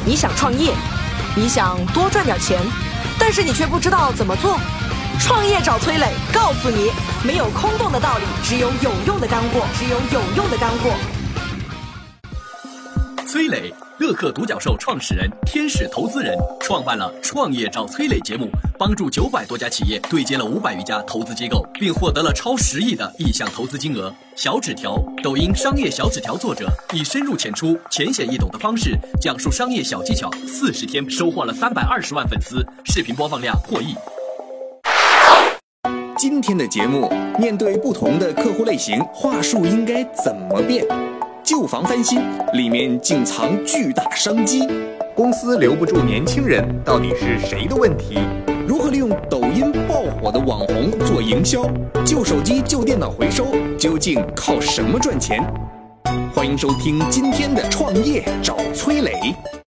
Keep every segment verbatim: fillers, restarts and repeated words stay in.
你想创业，你想多赚点钱，但是你却不知道怎么做。创业找崔磊，告诉你，没有空洞的道理，只有有用的干货，只有有用的干货。 崔磊，乐客独角兽创始人、天使投资人，创办了创业找崔磊节目，帮助九百多家企业对接了五百余家投资机构，并获得了超十亿的意向投资金额。小纸条，抖音商业小纸条作者，以深入浅出、浅显易懂的方式讲述商业小技巧，四十天收获了三百二十万粉丝，视频播放量破亿。 今天的节目，面对不同的客户类型，话术应该怎么变？旧房翻新里面竟藏巨大商机， 公司留不住年轻人，到底是谁的问题？ 如何利用抖音爆火的网红做营销？旧手机、旧电脑回收究竟靠什么赚钱？欢迎收听今天的创业找崔磊。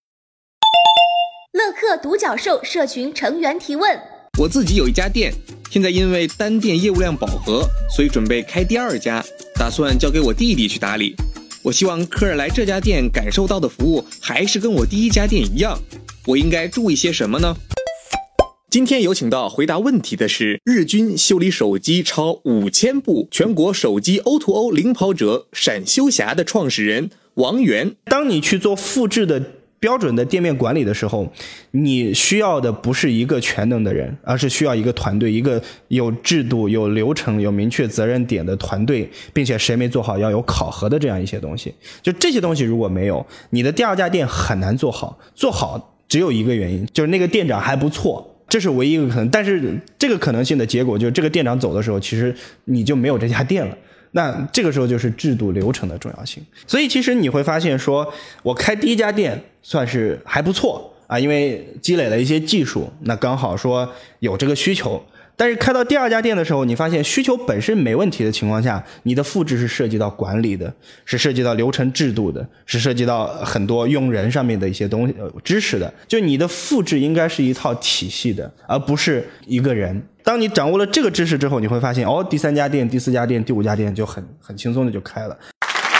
乐客独角兽社群成员提问： 我自己有一家店，现在因为单店业务量饱和，所以准备开第二家，打算交给我弟弟去打理。我希望客人来这家店感受到的服务还是跟我第一家店一样，我应该注意些什么呢？今天有请到回答问题的是日均修理手机超五千部，全国手机 O to O 领跑者闪修侠的创始人王源。 当你去做复制的标准的店面管理的时候，你需要的不是一个全能的人，而是需要一个团队，一个有制度、有流程、有明确责任点的团队，并且谁没做好要有考核的这样一些东西。就这些东西如果没有，你的第二家店很难做好。做好只有一个原因，就是那个店长还不错，这是唯一一个可能。但是这个可能性的结果就是这个店长走的时候，其实你就没有这家店了。那这个时候就是制度流程的重要性。所以其实你会发现说，我开第一家店算是还不错啊，因为积累了一些技术，那刚好说有这个需求。但是开到第二家店的时候，你发现需求本身没问题的情况下，你的复制是涉及到管理的，是涉及到流程制度的，是涉及到很多用人上面的一些东西、呃、知识的。就你的复制应该是一套体系的，而不是一个人。当你掌握了这个知识之后，你会发现哦，第三家店、第四家店、第五家店就很很轻松的就开了。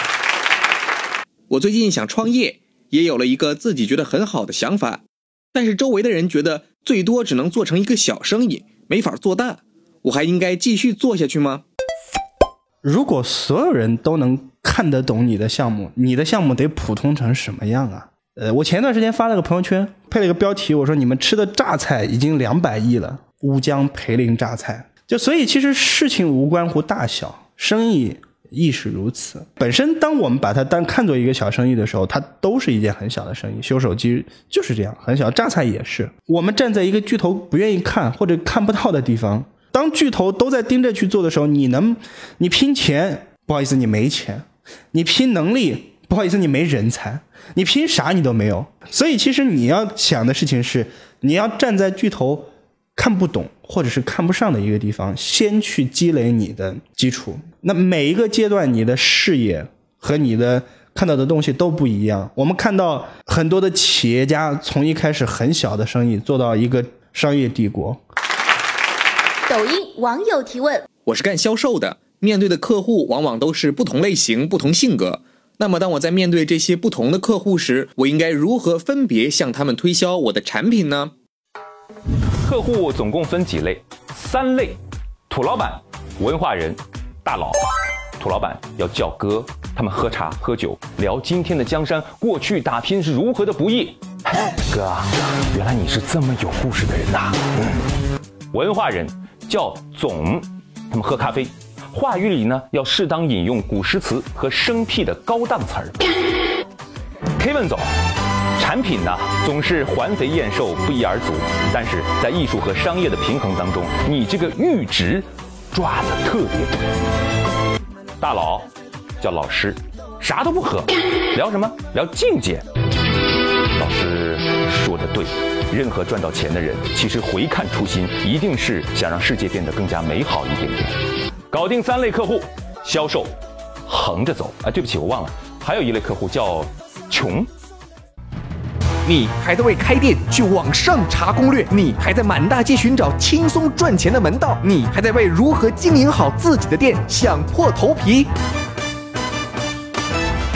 我最近想创业，也有了一个自己觉得很好的想法，但是周围的人觉得最多只能做成一个小生意，没法做大，我还应该继续做下去吗？ 如果所有人都能看得懂你的项目，你的项目得普通成什么样啊？呃，我前段时间发了个朋友圈，配了一个标题，我说你们吃的榨菜已经两百亿了，乌江培林榨菜。就所以其实事情无关乎大小，生意亦是如此。本身当我们把它当看作一个小生意的时候，它都是一件很小的生意。修手机就是这样，很小，榨菜也是。我们站在一个巨头不愿意看或者看不到的地方，当巨头都在盯着去做的时候，你能你拼钱，不好意思你没钱，你拼能力，不好意思你没人才，你拼啥你都没有。所以其实你要想的事情是，你要站在巨头看不懂或者是看不上的一个地方，先去积累你的基础。那每一个阶段你的视野和你的看到的东西都不一样。我们看到很多的企业家从一开始很小的生意做到一个商业帝国。 抖音网友提问： 我是干销售的，面对的客户往往都是不同类型、不同性格。那么当我在面对这些不同的客户时，我应该如何分别向他们推销我的产品呢？ 客户总共分几类？三类：土老板、文化人、大佬。土老板要叫哥，他们喝茶喝酒，聊今天的江山，过去打拼是如何的不易。哥，原来你是这么有故事的人呐、嗯。文化人叫总，他们喝咖啡，话语里呢要适当引用古诗词和生僻的高档词儿。Kevin 总。产品呢总是环肥燕瘦不一而足，但是在艺术和商业的平衡当中，你这个阈值抓得特别准。大佬叫老师，啥都不喝，聊什么？聊境界。老师说的对，任何赚到钱的人，其实回看初心，一定是想让世界变得更加美好一点点。搞定三类客户，销售横着走。啊，对不起，我忘了，还有一类客户叫穷。 你还在为开店去网上查攻略，你还在满大街寻找轻松赚钱的门道，你还在为如何经营好自己的店想破头皮。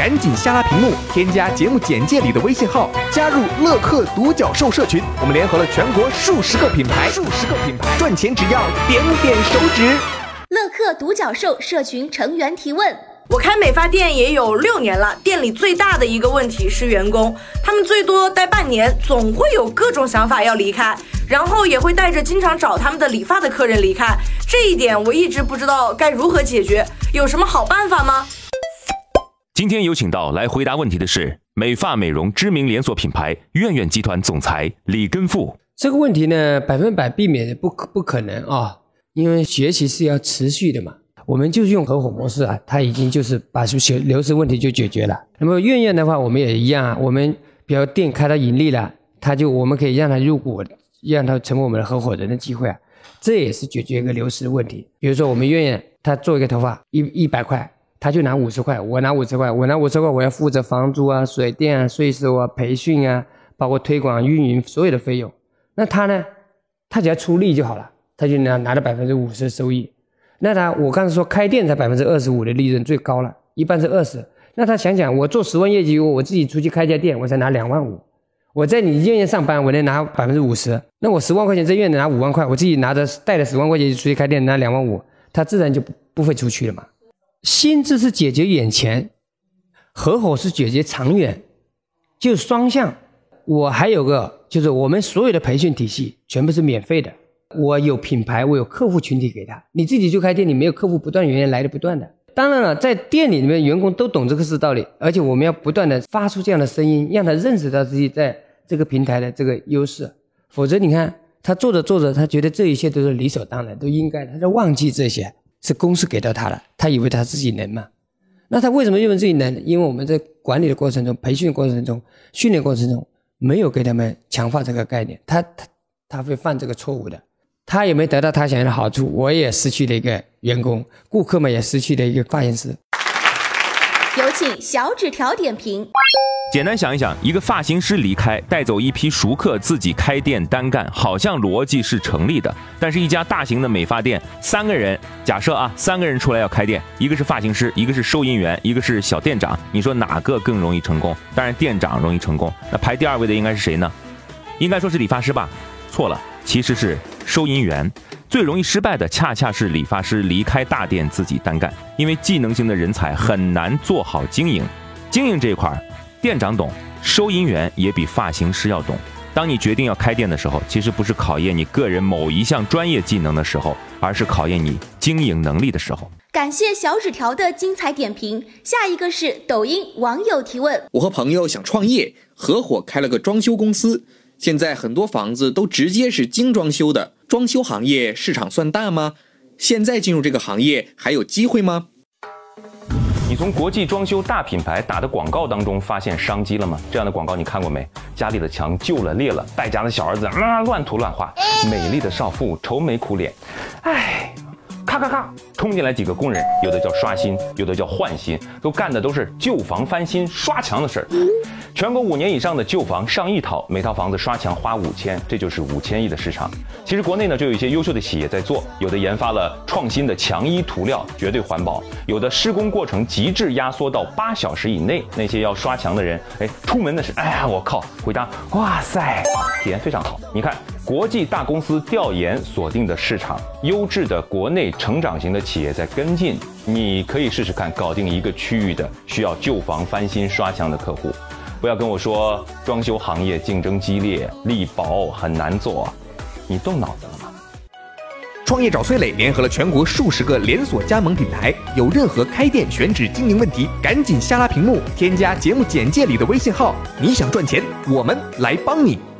赶紧下拉屏幕，添加节目简介里的微信号，加入乐客独角兽社群。我们联合了全国数十个品牌，数十个品牌赚钱只要点点手指。 乐客独角兽社群成员提问： 我开美发店也有六年了，店里最大的一个问题是员工，他们最多待半年，总会有各种想法要离开，然后也会带着经常找他们的理发的客人离开。这一点我一直不知道该如何解决，有什么好办法吗？ 今天有请到来回答问题的是美发美容知名连锁品牌苑苑集团总裁李根富。 这个问题呢，百分百避免不不可能啊，因为学习是要持续的嘛。我们就用合伙模式啊，它已经就是把流失问题就解决了。那么苑苑的话，我们也一样啊，我们比如店开到盈利了，他就我们可以让他入股，让他成为我们的合伙人的机会啊，这也是解决一个流失问题。比如说我们苑苑，他做一个头发一一百块，他就拿五十块，我拿五十块，我拿五十块，我要负责房租啊、水电啊、税收啊、培训啊，包括推广、运营所有的费用。那他呢，他只要出力就好了，他就拿拿了百分之五十的收益。那他我刚才说开店才百分之二十五的利润最高了，一般是二十。那他想想，我做十万业绩，我自己出去开家店，我才拿两万五。我在你院院上班，我能拿百分之五十。那我十万块钱在院拿五万块，我自己拿着带了十万块钱出去开店拿两万五，他自然就不不会出去了嘛。薪资是解决眼前，合伙是解决长远，就双向。我还有个就是我们所有的培训体系全部是免费的。我有品牌，我有客户群体给他，你自己就开店，你没有客户不断源源来的不断的。当然了，在店里面员工都懂这个是道理，而且我们要不断的发出这样的声音，让他认识到自己在这个平台的这个优势。否则你看他做着做着，他觉得这一切都是理所当然，都应该，他就忘记这些是公司给到他的，他以为他自己能嘛。那他为什么认为自己能？因为我们在管理的过程中、培训的过程中、训练过程中没有给他们强化这个概念，他他他会犯这个错误的。他也没得到他想要的好处，我也失去了一个员工，顾客们也失去了一个发型师。 有请小纸条点评。 简单想一想，一个发型师离开，带走一批熟客，自己开店单干，好像逻辑是成立的。但是，一家大型的美发店，三个人，假设啊，三个人出来要开店，一个是发型师，一个是收银员，一个是小店长，你说哪个更容易成功？当然，店长容易成功。那排第二位的应该是谁呢？应该说是理发师吧？错了，其实是收银员。最容易失败的恰恰是理发师离开大店自己单干，因为技能型的人才很难做好经营。经营这一块，店长懂，收银员也比发型师要懂。当你决定要开店的时候，其实不是考验你个人某一项专业技能的时候，而是考验你经营能力的时候。 感谢小纸条的精彩点评。下一个是抖音网友提问： 我和朋友想创业，合伙开了个装修公司。现在很多房子都直接是精装修的，装修行业市场算大吗？现在进入这个行业还有机会吗？ 你从国际装修大品牌打的广告当中发现商机了吗？这样的广告你看过没？家里的墙旧了裂了，败家的小儿子啊乱涂乱画，美丽的少妇愁眉苦脸，唉，咔咔咔冲进来几个工人，有的叫刷新，有的叫换新，都干的都是旧房翻新刷墙的事儿。全国五年以上的旧房上亿套，每套房子刷墙花五千，这就是五千亿的市场。其实国内呢就有一些优秀的企业在做，有的研发了创新的墙衣涂料，绝对环保；有的施工过程极致压缩到八小时以内，那些要刷墙的人，哎，出门的是，哎呀，我靠，回家，哇塞，体验非常好。你看，国际大公司调研锁定的市场，优质的国内成长型的企业在跟进，你可以试试看，搞定一个区域的需要旧房翻新刷墙的客户。不要跟我说装修行业竞争激烈，力薄很难做，你动脑子了吗？ 创业找崔磊联合了全国数十个连锁加盟品牌，有任何开店选址经营问题，赶紧下拉屏幕，添加节目简介里的微信号，你想赚钱，我们来帮你。